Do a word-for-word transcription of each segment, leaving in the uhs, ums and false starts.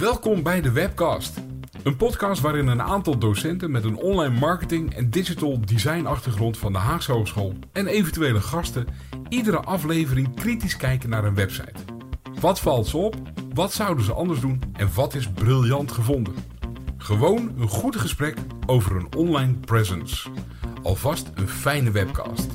Welkom bij de Webcast. Een podcast waarin een aantal docenten met een online marketing en digital design achtergrond van de Haagse Hogeschool en eventuele gasten iedere aflevering kritisch kijken naar een website. Wat valt ze op? Wat zouden ze anders doen? En wat is briljant gevonden? Gewoon een goed gesprek over een online presence. Alvast een fijne webcast.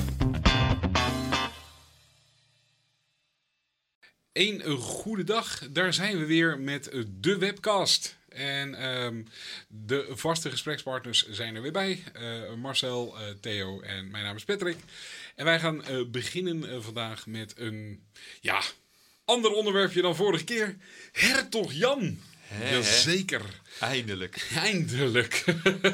Een goede dag, daar zijn we weer met de Webcast. En um, de vaste gesprekspartners zijn er weer bij. Uh, Marcel, uh, Theo en mijn naam is Patrick. En wij gaan uh, beginnen uh, vandaag met een ja, ander onderwerpje dan vorige keer. Hertog Jan. He, Jazeker. Eindelijk. Eindelijk.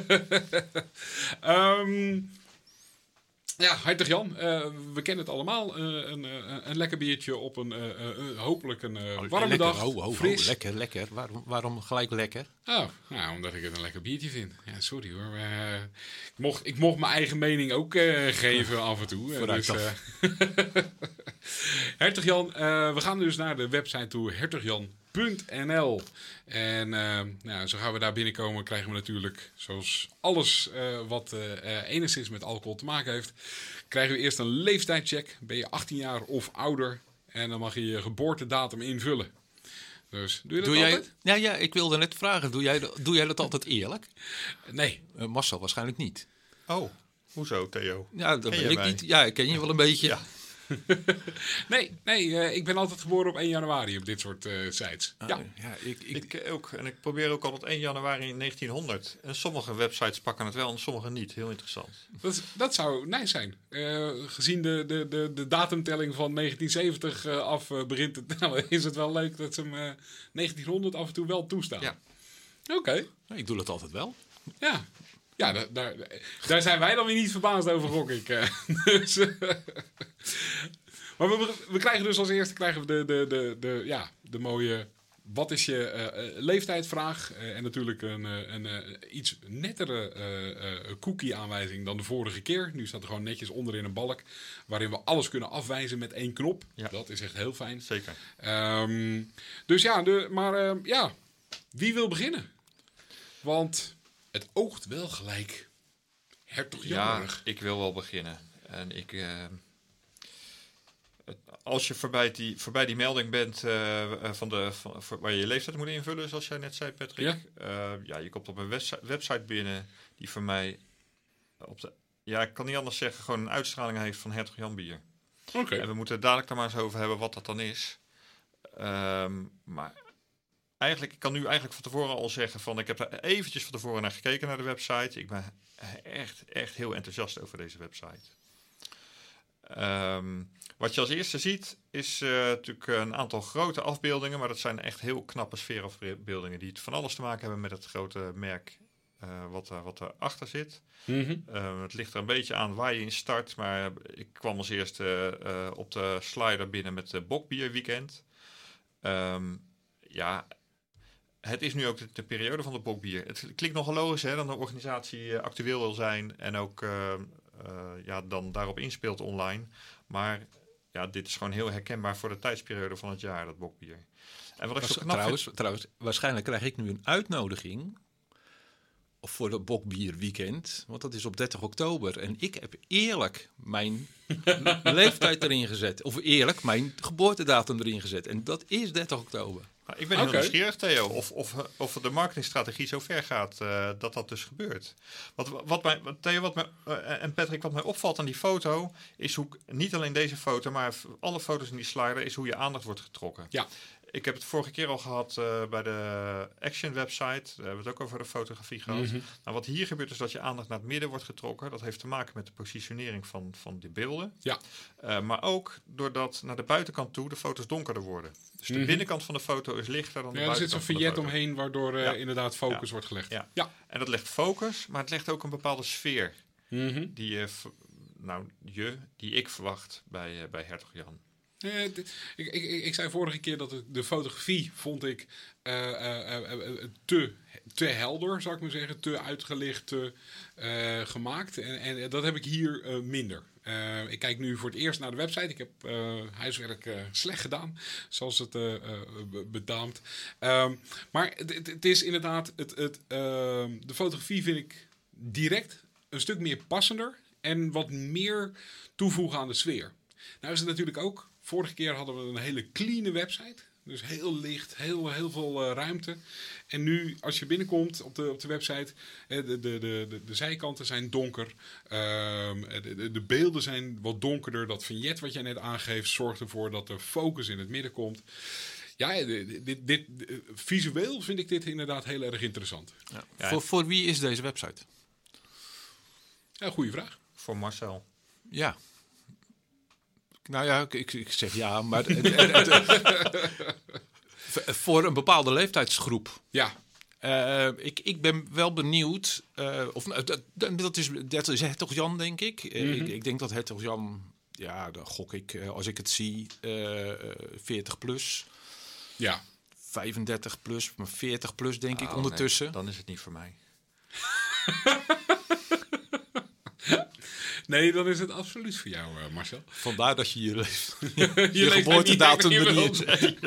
um, Ja, Hertog Jan, uh, we kennen het allemaal. Uh, een, uh, een lekker biertje op een uh, uh, hopelijk een uh, oh, warme lekker, dag. Ho, ho, fris. ho, lekker, lekker. Waarom, waarom gelijk lekker? Oh, nou, omdat ik het een lekker biertje vind. Ja, sorry hoor. Uh, ik, mocht, ik mocht mijn eigen mening ook uh, geven af en toe. Vooruit dus, uh, Hertog Jan, uh, we gaan dus naar de website toe, hertogjan punt n l. En uh, nou, zo gaan we daar binnenkomen, krijgen we natuurlijk, zoals alles uh, wat uh, uh, enigszins met alcohol te maken heeft, krijgen we eerst een leeftijdcheck. Ben je achttien jaar of ouder? En dan mag je je geboortedatum invullen. Dus doe je dat doe altijd? Jij, ja, ja, ik wilde net vragen, doe jij, doe jij dat altijd eerlijk? Nee. Uh, Marcel waarschijnlijk niet. Oh, hoezo Theo? Ja, dat Ken weet je ik mij? niet. Ja, ik ken je wel een beetje. Ja. nee, nee uh, ik ben altijd geboren op één januari op dit soort uh, sites. Ah, ja. ja ik, ik, Ik ook. En ik probeer ook al tot één januari negentienhonderd. En sommige websites pakken het wel en sommige niet. Heel interessant. Dat, dat zou nice zijn. Uh, gezien de, de, de, de datumtelling van negentien zeventig uh, af uh, begint te tellen, is het wel leuk dat ze hem uh, negentienhonderd af en toe wel toestaan. Ja. Oké. Okay. ik doe dat altijd wel. Ja. Ja, daar, daar, daar zijn wij dan weer niet verbaasd over, gok ik. Uh, dus, uh, maar we, we krijgen dus als eerste krijgen we de, de, de, de, ja, de mooie... Wat is je uh, leeftijdvraag? Uh, en natuurlijk een, een, een iets nettere uh, uh, cookie-aanwijzing dan de vorige keer. Nu staat er gewoon netjes onderin een balk waarin we alles kunnen afwijzen met één knop. Ja. Dat is echt heel fijn. Zeker. Um, dus ja, de, maar uh, ja, wie wil beginnen? Want het oogt wel gelijk Hertog Jan-erig. Ja, ik wil wel beginnen. En ik... Uh... Als je voorbij die, voorbij die melding bent uh, van de, van, voor, waar je je leeftijd moet invullen, zoals jij net zei, Patrick. Ja, uh, ja je komt op een website, website binnen die voor mij op de... Ja, ik kan niet anders zeggen, gewoon een uitstraling heeft van Hertog Jan bier. Oké. Okay. En we moeten het dadelijk daar maar eens over hebben wat dat dan is. Um, maar eigenlijk, ik kan nu eigenlijk van tevoren al zeggen van, ik heb er eventjes van tevoren naar gekeken naar de website. Ik ben echt, echt heel enthousiast over deze website. Um, wat je als eerste ziet is uh, natuurlijk een aantal grote afbeeldingen, maar dat zijn echt heel knappe sfeerafbeeldingen die van alles te maken hebben met het grote merk uh, wat, uh, wat erachter zit. Mm-hmm. Uh, het ligt er een beetje aan waar je in start, maar ik kwam als eerste uh, op de slider binnen met de Bokbier Weekend. Um, ja, het is nu ook de, de periode van de Bokbier. Het klinkt nogal logisch hè, dat de organisatie uh, actueel wil zijn en ook... Uh, Uh, ja, dan daarop inspeelt online. Maar ja, dit is gewoon heel herkenbaar voor de tijdsperiode van het jaar, dat bokbier. En wat ik zo knap trouwens, vind... trouwens, waarschijnlijk krijg ik nu een uitnodiging voor de Bokbier Weekend, want dat is op dertig oktober. En ik heb eerlijk mijn leeftijd erin gezet. Of eerlijk mijn geboortedatum erin gezet. En dat is dertig oktober. Nou, ik ben heel okay. nieuwsgierig, Theo, of, of, of de marketingstrategie zo ver gaat uh, dat dat dus gebeurt. Wat, wat mij, Theo wat mij, uh, en Patrick, wat mij opvalt aan die foto, is hoe, niet alleen deze foto, maar alle foto's in die slider, is hoe je aandacht wordt getrokken. Ja. Ik heb het vorige keer al gehad uh, bij de Action website. Daar hebben we het ook over de fotografie gehad. Mm-hmm. Nou, wat hier gebeurt is dat je aandacht naar het midden wordt getrokken. Dat heeft te maken met de positionering van, van die beelden. Ja. Uh, maar ook doordat naar de buitenkant toe de foto's donkerder worden. Dus de mm-hmm. binnenkant van de foto is lichter dan de ja, buitenkant van de foto. Er zit zo'n vignet omheen waardoor uh, ja. inderdaad focus ja. wordt gelegd. Ja. ja. En dat legt focus, maar het legt ook een bepaalde sfeer. Mm-hmm. Die, uh, v- nou, je, die ik verwacht bij, uh, bij Hertog Jan. Eh, d- ik, ik, ik ik zei vorige keer dat het, de fotografie vond ik eh, eh, eh, eh, te, te helder, zou ik maar zeggen. Te uitgelicht, te eh, gemaakt. En, en dat heb ik hier eh, minder. Eh, ik kijk nu voor het eerst naar de website. Ik heb eh, huiswerk eh, slecht gedaan, zoals het eh, eh, be- betaamt. Ehm, maar het, het- het is inderdaad... Het, het, ehm, de fotografie vind ik direct een stuk meer passender. En wat meer toevoegen aan de sfeer. Nou is het natuurlijk ook... Vorige keer hadden we een hele clean website. Dus heel licht, heel, heel veel eh, ruimte. En nu, als je binnenkomt op de, op de website... eh, de, de, de, de, de zijkanten zijn donker. Ehm, de, de, de beelden zijn wat donkerder. Dat vignet wat jij net aangeeft... zorgt ervoor dat de focus in het midden komt. Ja, dit, dit, dit, visueel vind ik dit inderdaad heel erg interessant. Ja. Ja. Voor, voor wie is deze website? Ja, goede vraag. Voor Marcel. Ja. Nou ja, ik, ik, ik zeg ja, maar... het- het- het- v- voor een bepaalde leeftijdsgroep. Ja, Eh, ik, ik ben wel benieuwd... eh, of, nou, dat, dat, is, dat is Hertog Jan, denk ik. Eh, Mhm. ik. Ik denk dat Hertog Jan... Ja, dan gok ik, eh, als ik het zie, eh, eh, veertig plus. ja. vijfendertig plus, maar veertig plus denk ik Oh, ondertussen. nee, dan is het niet voor mij. Nee, dan is het absoluut voor jou, uh, Marcel. Vandaar dat je je, leeft, Je je leeft geboortedatum niet er echt niet in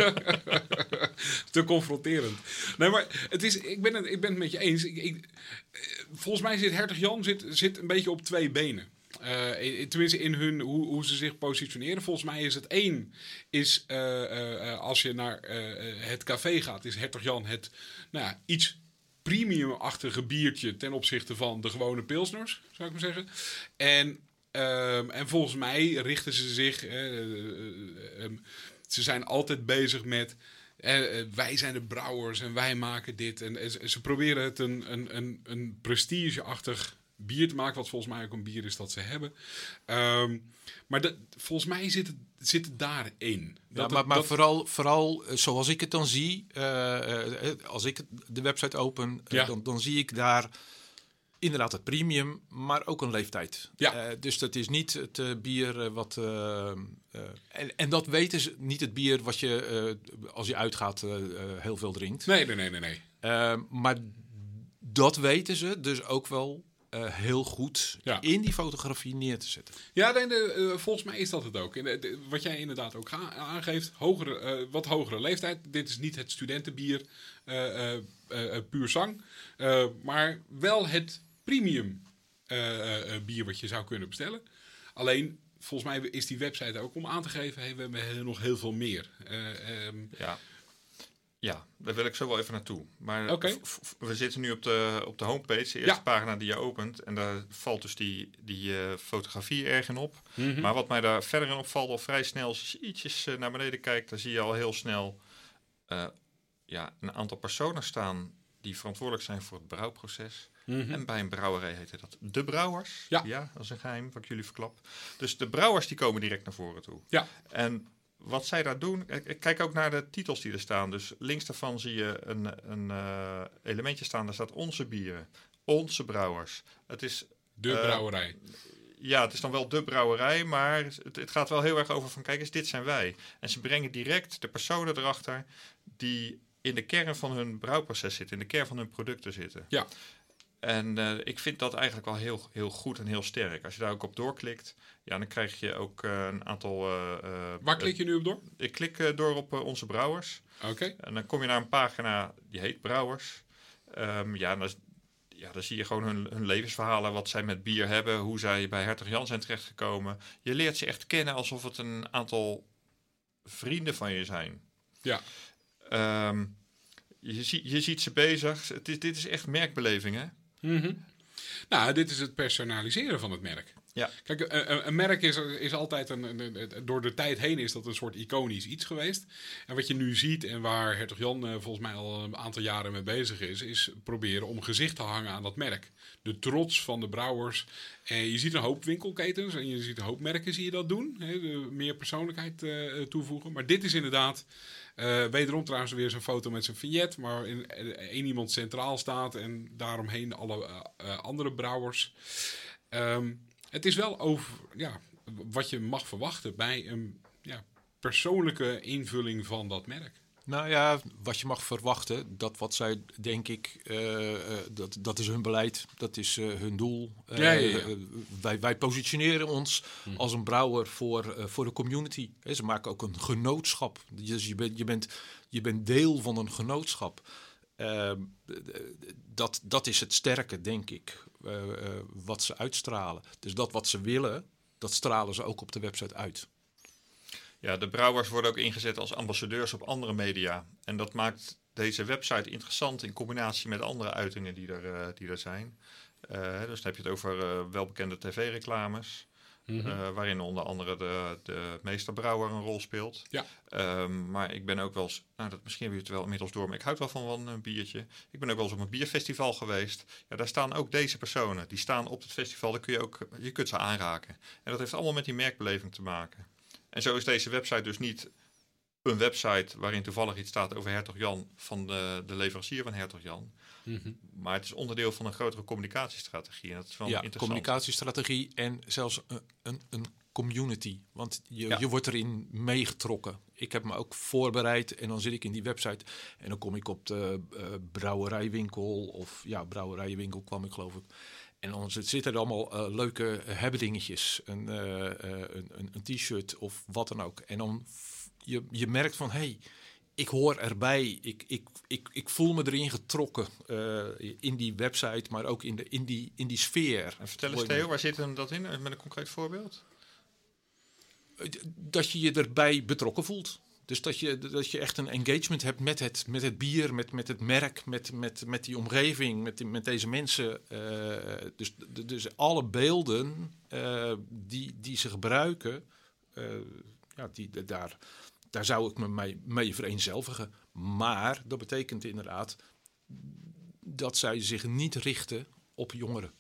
Te confronterend. Nee, maar het is, ik, ben het, ik ben het met je eens. Ik, ik, eh, volgens mij zit Hertog Jan zit, zit een beetje op twee benen. Uh, in- tenminste in hun, hoe, hoe ze zich positioneren. Volgens mij is het één, is uh, uh, als je naar uh, het café gaat, is Hertog Jan het nou ja, iets premium-achtige biertje ten opzichte van de gewone pilsners, zou ik maar zeggen. En, um, en volgens mij richten ze zich, uh, uh, uh, um, ze zijn altijd bezig met, uh, uh, wij zijn de brouwers en wij maken dit. En, en ze, ze proberen het een, een, een, een prestige-achtig bier te maken, wat volgens mij ook een bier is dat ze hebben. Um, maar dat, volgens mij zit het, zit het daarin. Ja, Dat maar het- maar dat- vooral, vooral eh, zoals ik het dan zie, eh, eh, als ik het- de website open, eh, Ja. dan, dan zie ik daar inderdaad het premium, maar ook een leeftijd. Ja. Eh, dus dat is niet het eh, bier eh, wat... eh, eh, en, en dat weten ze, niet het bier wat je, eh, als je uitgaat, eh, eh, heel veel drinkt. Nee, nee, nee, nee. nee. Eh, maar dat weten ze dus ook wel eh, heel goed Ja. in die fotografie neer te zetten. Ja, nee, de, uh, volgens mij is dat het ook. En, de, de- wat jij inderdaad ook ga- aangeeft, hogere, uh, wat hogere leeftijd. Dit is niet het studentenbier, uh, uh, uh, puur zang. Uh, maar wel het premium uh, uh, bier wat je zou kunnen bestellen. Alleen, volgens mij is die website ook om aan te geven, hey, we hebben nog heel veel meer. Uh, um, Ja. Ja, daar wil ik zo wel even naartoe. Maar Oké. v- v- we zitten nu op de, op de homepage, de eerste Ja. pagina die je opent. En daar valt dus die, die uh, fotografie erg in op. mm-hmm. Maar wat mij daar verder in opvalt, al vrij snel, als je ietsjes uh, naar beneden kijkt, dan zie je al heel snel uh, ja, een aantal personen staan die verantwoordelijk zijn voor het brouwproces. Mm-hmm. En bij een brouwerij heette dat de brouwers. Ja. ja, dat is een geheim wat ik jullie verklap. Dus de brouwers die komen direct naar voren toe. Ja. En wat zij daar doen, ik, ik kijk ook naar de titels die er staan. Dus links daarvan zie je een, een uh, elementje staan, daar staat onze bieren, onze brouwers. Het is De uh, brouwerij. Ja, het is dan wel de brouwerij, maar het, het gaat wel heel erg over van, kijk eens, dit zijn wij. En ze brengen direct de personen erachter die in de kern van hun brouwproces zitten, in de kern van hun producten zitten. Ja. En uh, ik vind dat eigenlijk wel heel, heel goed en heel sterk. Als je daar ook op doorklikt, ja, dan krijg je ook uh, een aantal... Uh, uh, Waar klik je nu op door? Ik klik uh, door op uh, onze brouwers. Oké. Okay. En dan kom je naar een pagina die heet Brouwers. Um, ja, en dan, ja, dan zie je gewoon hun, hun levensverhalen, wat zij met bier hebben, hoe zij bij Hertog Jan zijn terechtgekomen. Je leert ze echt kennen alsof het een aantal vrienden van je zijn. Ja. Um, je, zie, je ziet ze bezig. Het is, dit is echt merkbeleving, hè? Mm-hmm. Nou, dit is het personaliseren van het merk. Ja. Kijk, een, een merk is, is altijd, een, een, een, door de tijd heen is dat een soort iconisch iets geweest. En wat je nu ziet en waar Hertog Jan uh, volgens mij al een aantal jaren mee bezig is, is proberen om gezicht te hangen aan dat merk. De trots van de brouwers. En je ziet een hoop winkelketens en je ziet een hoop merken zie je dat doen. Hè, de meer persoonlijkheid uh, toevoegen. Maar dit is inderdaad... Uh, wederom trouwens weer zo'n foto met zijn vignet, maar in, uh, één iemand centraal staat en daaromheen alle uh, uh, andere brouwers. Um, het is wel over ja, wat je mag verwachten bij een ja, persoonlijke invulling van dat merk. Nou ja, wat je mag verwachten, dat wat zij, denk ik, uh, uh, dat, dat is hun beleid, dat is uh, hun doel. Uh, Ja, ja, ja. Uh, wij, wij positioneren ons Hm. als een brouwer voor, uh, voor de community. He, ze maken ook een genootschap. Dus je bent, je bent, je bent deel van een genootschap. Uh, dat, dat is het sterke, denk ik, uh, uh, wat ze uitstralen. Dus dat wat ze willen, dat stralen ze ook op de website uit. Ja, de brouwers worden ook ingezet als ambassadeurs op andere media. En dat maakt deze website interessant in combinatie met andere uitingen die er, uh, die er zijn. Uh, dus dan heb je het over uh, welbekende tv-reclames. Mm-hmm. Uh, waarin onder andere de, de meesterbrouwer een rol speelt. Ja. Um, maar ik ben ook wel eens, nou dat misschien heb je het wel inmiddels door, maar ik houd wel van, van een biertje. Ik ben ook wel eens op een bierfestival geweest. Ja, daar staan ook deze personen. Die staan op het festival, daar kun je ook, je kunt ze aanraken. En dat heeft allemaal met die merkbeleving te maken. En zo is deze website dus niet een website waarin toevallig iets staat over Hertog Jan van de, de leverancier van Hertog Jan. Mm-hmm. Maar het is onderdeel van een grotere communicatiestrategie. En dat is wel Ja, interessant. communicatiestrategie en zelfs een, een, een community. Want je, Ja. je wordt erin meegetrokken. Ik heb me ook voorbereid en dan zit ik in die website en dan kom ik op de uh, brouwerijwinkel of ja, brouwerijwinkel kwam ik geloof ik. En dan zitten er allemaal uh, leuke uh, hebbedingetjes, een, uh, uh, een, een, een t-shirt of wat dan ook. En dan f- je, je merkt van, hé, hey, ik hoor erbij, ik, ik, ik, ik voel me erin getrokken uh, in die website, maar ook in, de, in, die, in die sfeer. En vertel eens Theo, waar zit hem dat in? Met een concreet voorbeeld? Dat je je erbij betrokken voelt. Dus dat je, dat je echt een engagement hebt met het, met het bier, met, met het merk, met, met, met die omgeving, met, die, met deze mensen. Uh, dus, dus alle beelden uh, die, die ze gebruiken, uh, ja, die, daar, daar zou ik me mee, mee vereenzelvigen. Maar dat betekent inderdaad dat zij zich niet richten op jongeren.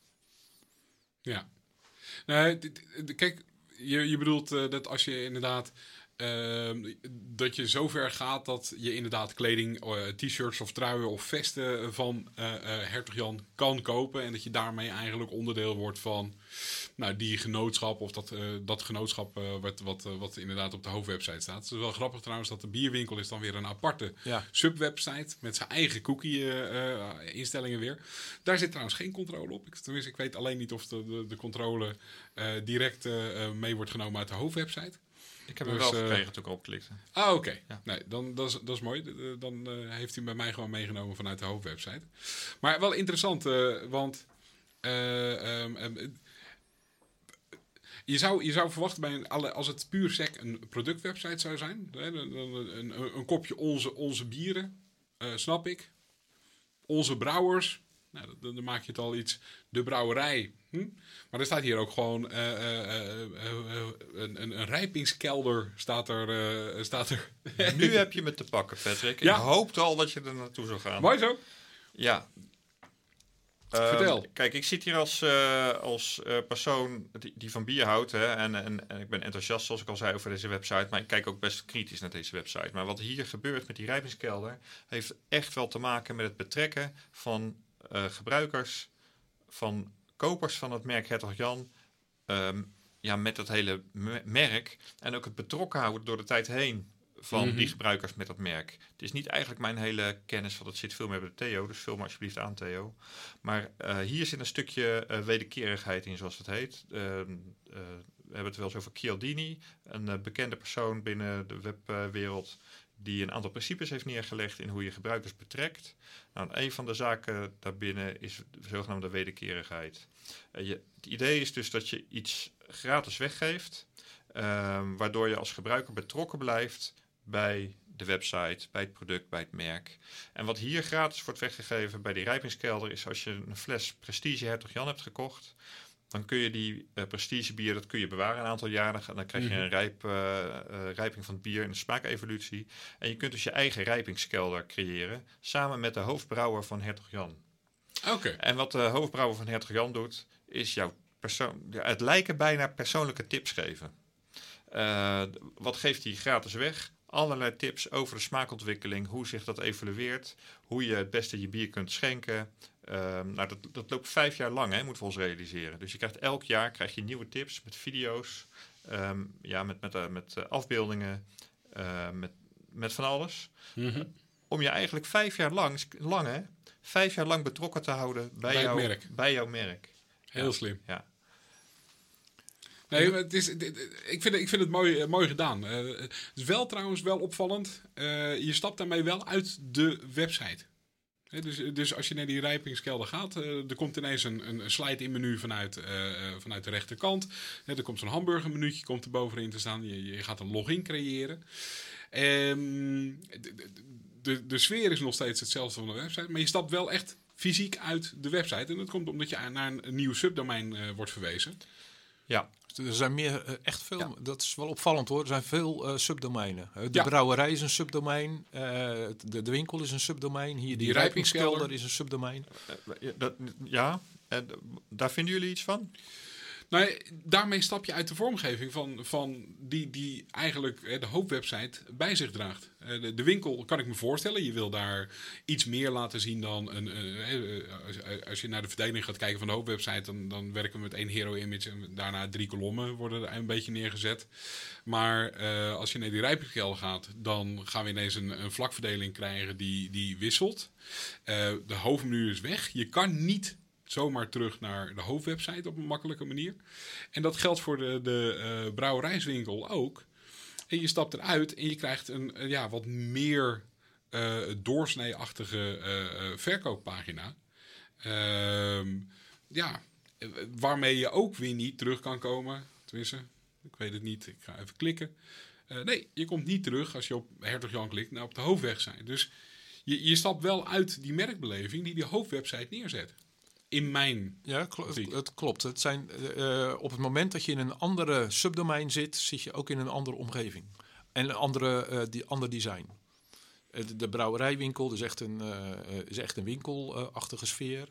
Ja. Nee, d- d- kijk, je, je bedoelt uh, dat als je inderdaad... Uh, dat je zover gaat dat je inderdaad kleding, uh, t-shirts of truien of vesten van uh, uh, Hertog Jan kan kopen. En dat je daarmee eigenlijk onderdeel wordt van nou, die genootschap of dat, uh, dat genootschap uh, wat, wat, uh, wat inderdaad op de hoofdwebsite staat. Het is wel grappig trouwens dat de bierwinkel is dan weer een aparte ja. subwebsite met zijn eigen cookie uh, uh, instellingen weer. Daar zit trouwens geen controle op. Ik, tenminste, ik weet alleen niet of de, de, de controle uh, direct uh, mee wordt genomen uit de hoofdwebsite. Ik heb Dus, hem wel uh, gekregen toen ik erop klikte. Ah, oké. Okay. Ja. Nee, dan dat is, dat is mooi. Dan uh, heeft hij bij mij gewoon meegenomen vanuit de hoofdwebsite. Maar wel interessant, uh, want uh, um, um, je, zou, je zou verwachten bij een, als het puur sec een productwebsite zou zijn, hè, een, een, een, een kopje onze, onze bieren, uh, snap ik. Onze brouwers. Nou, dan, dan maak je het al iets. De brouwerij. Hm? Maar er staat hier ook gewoon uh, uh, uh, uh, een, een, een rijpingskelder staat er. Uh, staat er. Nu heb je me te pakken, Patrick. Ja. Ik hoopte al dat je er naartoe zou gaan. Mooi zo. Ja. Vertel. Uh, kijk, ik zit hier als, uh, als uh, persoon die, die van bier houdt. Hè, en, en, en ik ben enthousiast, zoals ik al zei, over deze website. Maar ik kijk ook best kritisch naar deze website. Maar wat hier gebeurt met die rijpingskelder heeft echt wel te maken met het betrekken van uh, gebruikers, van kopers van het merk Hertog Jan, um, ja, met het hele merk. En ook het betrokken houden door de tijd heen van mm-hmm. die gebruikers met dat merk. Het is niet eigenlijk mijn hele kennis, want het zit veel meer bij de Theo. Dus vul me alsjeblieft aan, Theo. Maar uh, hier zit een stukje uh, wederkerigheid in, zoals het heet. Uh, uh, we hebben het wel eens over Chialdini, een uh, bekende persoon binnen de webwereld, die een aantal principes heeft neergelegd in hoe je gebruikers betrekt. Nou, een van de zaken daarbinnen is de zogenaamde wederkerigheid. Uh, je, het idee is dus dat je iets gratis weggeeft, uh, waardoor je als gebruiker betrokken blijft bij de website, bij het product, bij het merk. En wat hier gratis wordt weggegeven bij die rijpingskelder is als je een fles Prestige Hertog Jan hebt gekocht, dan kun je die uh, Prestige bier, dat kun je bewaren een aantal jaren. En dan krijg je een rijp, uh, uh, rijping van het bier en een smaakevolutie. En je kunt dus je eigen rijpingskelder creëren, samen met de hoofdbrouwer van Hertog Jan. Oké. Okay. En wat de hoofdbrouwer van Hertog Jan doet, is jouw persoon, ja, het lijken bijna persoonlijke tips geven. Uh, wat geeft hij gratis weg? Allerlei tips over de smaakontwikkeling, hoe zich dat evolueert, hoe je het beste je bier kunt schenken. Uh, nou, dat, dat loopt vijf jaar lang, hè, moeten we ons realiseren. Dus je krijgt elk jaar krijg je nieuwe tips met video's, Um, ja, met, met, uh, met uh, afbeeldingen, uh, met, met van alles. Mm-hmm. Uh, om je eigenlijk vijf jaar lang, lang hè, vijf jaar lang betrokken te houden bij, bij, jou, merk. bij jouw merk. Heel ja. slim. Ja. Nee, het is, ik, vind, ik vind het mooi, mooi gedaan. Uh, het is wel trouwens wel opvallend. Uh, je stapt daarmee wel uit de website. He, dus, dus als je naar die rijpingskelder gaat, uh, er komt ineens een, een slide-in menu vanuit, uh, vanuit de rechterkant. He, er komt zo'n hamburgermenuutje komt er bovenin te staan. Je, je gaat een login creëren. Um, de, de, de sfeer is nog steeds hetzelfde van de website, maar je stapt wel echt fysiek uit de website. En dat komt omdat je naar een, een nieuw subdomein uh, wordt verwezen. Ja. Er zijn meer, uh, echt veel, ja. Dat is wel opvallend hoor, er zijn veel uh, subdomeinen. Uh, de ja. brouwerij is een subdomein, uh, de, de winkel is een subdomein, hier die, die rijpingskelder is een subdomein. Uh, dat, ja, uh, daar vinden jullie iets van? Nou, daarmee stap je uit de vormgeving van, van die, die eigenlijk de hoofdwebsite bij zich draagt. De, de winkel kan ik me voorstellen. Je wil daar iets meer laten zien dan een, een, als, als je naar de verdeling gaat kijken van de hoofdwebsite, dan, dan werken we met één hero image en daarna drie kolommen worden er een beetje neergezet. Maar uh, als je naar die rijpingskelder gaat, dan gaan we ineens een, een vlakverdeling krijgen die, die wisselt. Uh, de hoofdmenu is weg. Je kan niet zomaar terug naar de hoofdwebsite op een makkelijke manier. En dat geldt voor de, de uh, brouwerijswinkel ook. En je stapt eruit en je krijgt een uh, ja, wat meer uh, doorsnee-achtige uh, verkooppagina. Uh, ja, waarmee je ook weer niet terug kan komen. Tenminste, ik weet het niet. Ik ga even klikken. Uh, nee, je komt niet terug als je op Hertog Jan klikt naar op de hoofdwebsite. Dus je, je stapt wel uit die merkbeleving die die hoofdwebsite neerzet. In mijn Ja, kl- het, het klopt. Het zijn, uh, op het moment dat je in een andere subdomein zit, zit je ook in een andere omgeving. En een andere, uh, die, ander design. Uh, de, de brouwerijwinkel is echt een, uh, is echt een winkelachtige sfeer.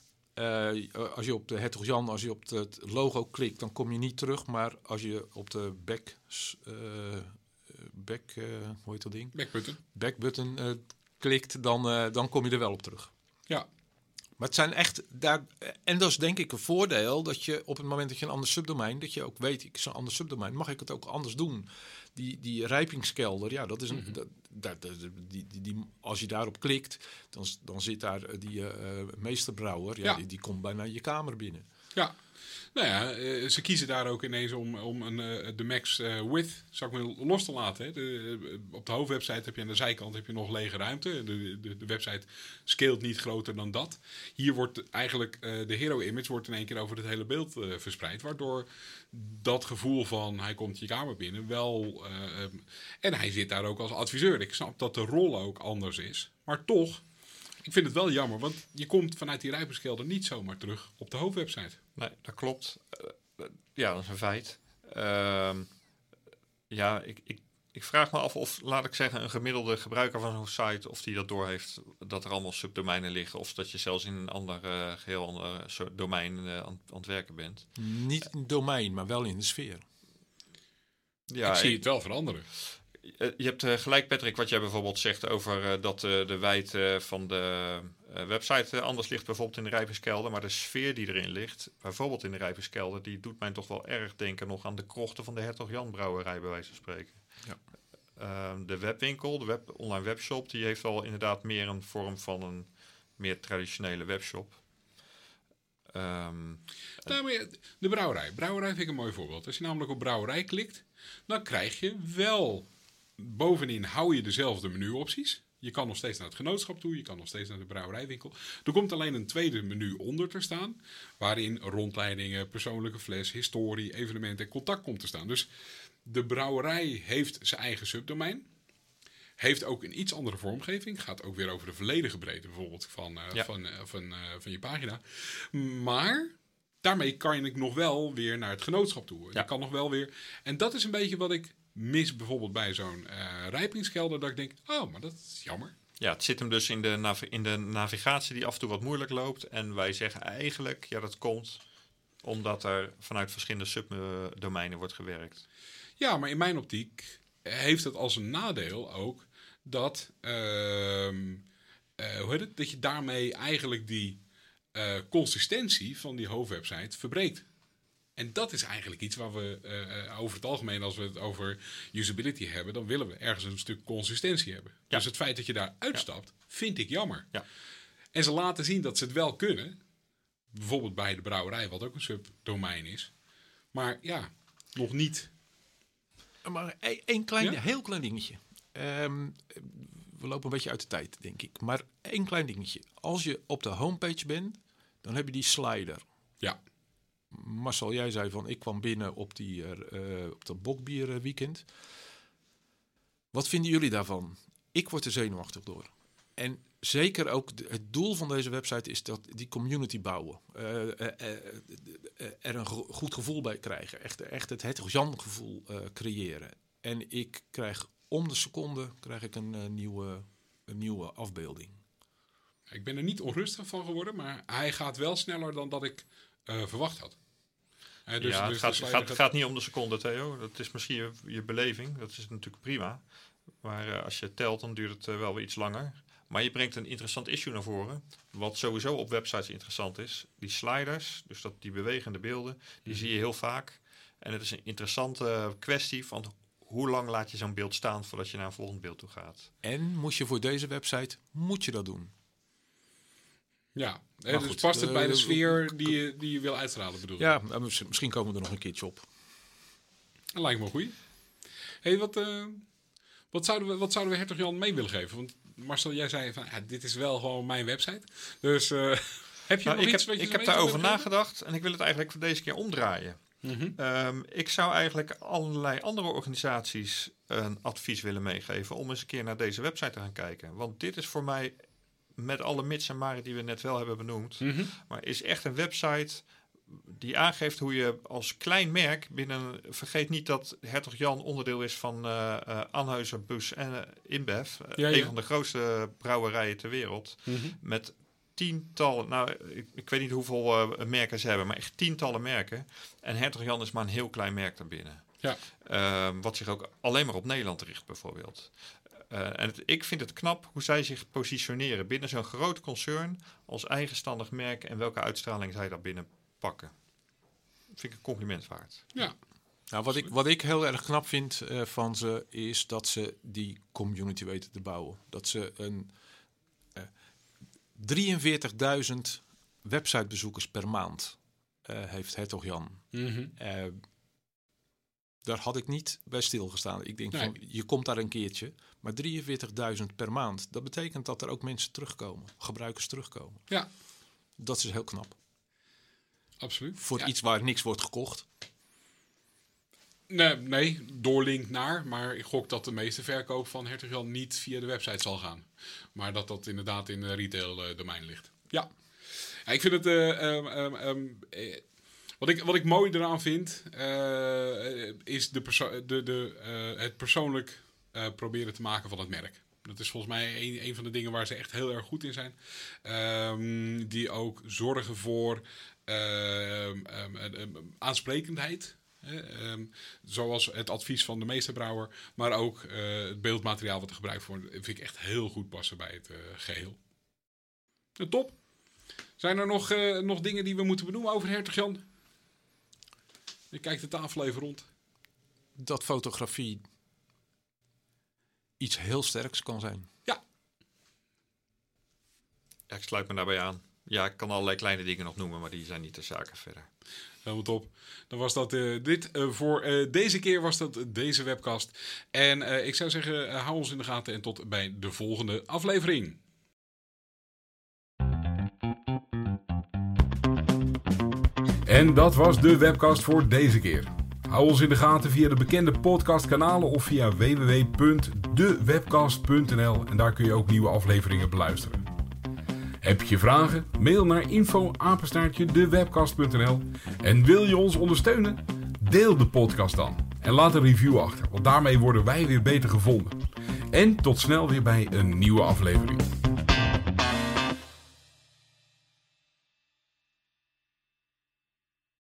Uh, als je op de Hertog Jan, als je op het logo klikt, dan kom je niet terug. Maar als je op de back, uh, back uh, hoe heet dat ding? Backbutton. Backbutton uh, klikt, dan, uh, dan kom je er wel op terug. Ja. Maar het zijn echt daar. En dat is denk ik een voordeel dat je op het moment dat je een ander subdomein, dat je ook weet, ik is een ander subdomein, mag ik het ook anders doen. Die, die rijpingskelder, ja, dat is een. Mm-hmm. dat, dat, dat, die, die, die, als je daarop klikt, dan, dan zit daar die uh, meesterbrouwer, ja, ja. Die, die komt bijna je kamer binnen. Ja. Nou ja, uh, ze kiezen daar ook ineens om, om een, uh, de max uh, width, zou ik maar los te laten. Hè. De, uh, op de hoofdwebsite heb je aan de zijkant heb je nog lege ruimte. De, de, de website scaleert niet groter dan dat. Hier wordt eigenlijk uh, de hero image wordt in één keer over het hele beeld uh, verspreid. Waardoor dat gevoel van hij komt je kamer binnen wel... Uh, um, en hij zit daar ook als adviseur. Ik snap dat de rol ook anders is. Maar toch... Ik vind het wel jammer, want je komt vanuit die rijpingskelder niet zomaar terug op de hoofdwebsite. Nee, dat klopt. Uh, ja, dat is een feit. Uh, ja, ik, ik, ik vraag me af of, laat ik zeggen, een gemiddelde gebruiker van zo'n site, of die dat doorheeft, dat er allemaal subdomeinen liggen, of dat je zelfs in een ander, uh, geheel ander soort domein uh, aan, aan het werken bent. Niet in het domein, maar wel in de sfeer. Ja, ik zie ik, het wel veranderen. Je hebt uh, gelijk, Patrick, wat jij bijvoorbeeld zegt over uh, dat uh, de wijdte uh, van de uh, website uh, anders ligt, bijvoorbeeld in de rijpingskelder. Maar de sfeer die erin ligt, bijvoorbeeld in de rijpingskelder, die doet mij toch wel erg denken nog aan de krochten van de Hertog Jan brouwerij, bij wijze van spreken. Ja. Uh, de webwinkel, de web, online webshop, die heeft wel inderdaad meer een vorm van een meer traditionele webshop. Um, nou, maar de brouwerij. Brouwerij vind ik een mooi voorbeeld. Als je namelijk op brouwerij klikt, dan krijg je wel... Bovenin hou je dezelfde menuopties. Je kan nog steeds naar het genootschap toe. Je kan nog steeds naar de brouwerijwinkel. Er komt alleen een tweede menu onder te staan. Waarin rondleidingen, persoonlijke fles, historie, evenementen en contact komt te staan. Dus de brouwerij heeft zijn eigen subdomein. Heeft ook een iets andere vormgeving. Gaat ook weer over de volledige breedte bijvoorbeeld van, uh, ja. van, uh, van, uh, van je pagina. Maar daarmee kan je nog wel weer naar het genootschap toe. Ja. Je kan nog wel weer... En dat is een beetje wat ik... mis bijvoorbeeld bij zo'n uh, rijpingskelder, dat ik denk, oh, maar dat is jammer. Ja, het zit hem dus in de, nav- in de navigatie die af en toe wat moeilijk loopt. En wij zeggen eigenlijk, ja, dat komt omdat er vanuit verschillende subdomeinen wordt gewerkt. Ja, maar in mijn optiek heeft het als een nadeel ook dat, uh, uh, hoe heet het, dat je daarmee eigenlijk die uh, consistentie van die hoofdwebsite verbreekt. En dat is eigenlijk iets waar we uh, over het algemeen, als we het over usability hebben, dan willen we ergens een stuk consistentie hebben. Ja. Dus het feit dat je daar uitstapt, ja. vind ik jammer. Ja. En ze laten zien dat ze het wel kunnen. Bijvoorbeeld bij de brouwerij, wat ook een subdomein is. Maar ja, nog niet. Maar één klein, Ja? heel klein dingetje. Um, we lopen een beetje uit de tijd, denk ik. Maar één klein dingetje. Als je op de homepage bent, dan heb je die slider. Ja. Marcel, jij zei van, ik kwam binnen op, die, uh, op dat bokbier weekend. Wat vinden jullie daarvan? Ik word er zenuwachtig door. En zeker ook de, het doel van deze website is dat die community bouwen. Uh, uh, uh, uh, er een go- goed gevoel bij krijgen. Echt, echt het Hertog Jan gevoel uh, creëren. En ik krijg om de seconde krijg ik een, uh, nieuwe, een nieuwe afbeelding. Ik ben er niet onrustig van geworden, maar hij gaat wel sneller dan dat ik uh, verwacht had. Uh, dus, ja, dus het gaat, gaat, gaat, gaat niet om de seconde, Theo. Dat is misschien je, je beleving. Dat is natuurlijk prima. Maar uh, als je telt, dan duurt het uh, wel weer iets langer. Maar je brengt een interessant issue naar voren. Wat sowieso op websites interessant is. Die sliders, dus dat, die bewegende beelden, die zie je heel vaak. En het is een interessante kwestie van hoe lang laat je zo'n beeld staan voordat je naar een volgend beeld toe gaat. En moest je voor deze website, moet je dat doen? Ja, maar dus goed, past het uh, bij de uh, sfeer die je, die je wil uitstralen, bedoel je? Ja, misschien komen we er nog een keertje op. Dat lijkt me een goeie. Hey, wat, uh, wat, zouden we, wat zouden we Hertog Jan mee willen geven? Want Marcel, jij zei van, ja, dit is wel gewoon mijn website. Dus uh, heb je nou, nog ik iets heb, wat je Ik heb daarover nagedacht en ik wil het eigenlijk voor deze keer omdraaien. Mm-hmm. Um, ik zou eigenlijk allerlei andere organisaties een advies willen meegeven om eens een keer naar deze website te gaan kijken. Want dit is voor mij, met alle mits en maren die we net wel hebben benoemd, mm-hmm. maar is echt een website die aangeeft hoe je als klein merk binnen... Vergeet niet dat Hertog Jan onderdeel is van uh, uh, Anheuser-Busch en uh, InBev. Uh, ja, ja. Een van de grootste brouwerijen ter wereld. Mm-hmm. Met tientallen... Nou, ik, ik weet niet hoeveel uh, merken ze hebben, maar echt tientallen merken. En Hertog Jan is maar een heel klein merk daarbinnen. Ja. Uh, wat zich ook alleen maar op Nederland richt, bijvoorbeeld. Uh, en het, ik vind het knap hoe zij zich positioneren binnen zo'n groot concern als eigenstandig merk en welke uitstraling zij daar binnen pakken. Vind ik een compliment waard. Ja. Nou, wat ik, wat ik heel erg knap vind uh, van ze is dat ze die community weten te bouwen. Dat ze een uh, drieënveertigduizend websitebezoekers per maand uh, heeft Hertog Jan. Mm-hmm. Uh, daar had ik niet bij stilgestaan. Ik denk nee. van, je komt daar een keertje, maar drieënveertigduizend per maand. Dat betekent dat er ook mensen terugkomen, gebruikers terugkomen. Ja. Dat is heel knap. Absoluut. Voor ja. iets waar niks wordt gekocht. Nee, nee, doorlink naar. Maar ik gok dat de meeste verkoop van Hertog Jan niet via de website zal gaan. Maar dat dat inderdaad in de retail uh, domein ligt. Ja. ja. Ik vind het... Uh, um, um, um, uh, wat, ik, wat ik mooi eraan vind... Uh, is de perso- de, de, uh, het persoonlijk uh, proberen te maken van het merk. Dat is volgens mij een, een van de dingen waar ze echt heel erg goed in zijn. Um, die ook zorgen voor... Uh, um, um, um, aansprekendheid. Hè? Um, zoals het advies van de meesterbrouwer. Maar ook uh, het beeldmateriaal wat er gebruikt wordt. Vind ik echt heel goed passen bij het uh, geheel. Uh, top. Zijn er nog, uh, nog dingen die we moeten benoemen over Hertog Jan? Ik kijk de tafel even rond. Dat fotografie iets heel sterks kan zijn. Ja. Ja, ik sluit me daarbij aan. Ja, ik kan allerlei kleine dingen nog noemen, maar die zijn niet de zaken verder. Helemaal top. Dan was dat uh, dit uh, voor uh, deze keer was dat deze webcast. En uh, ik zou zeggen, uh, hou ons in de gaten en tot bij de volgende aflevering. En dat was de webcast voor deze keer. Hou ons in de gaten via de bekende podcastkanalen of via w w w punt de webcast punt n l en daar kun je ook nieuwe afleveringen beluisteren. Heb je vragen? Mail naar info apenstaartje de webcast punt n l. En wil je ons ondersteunen? Deel de podcast dan. En laat een review achter, want daarmee worden wij weer beter gevonden. En tot snel weer bij een nieuwe aflevering.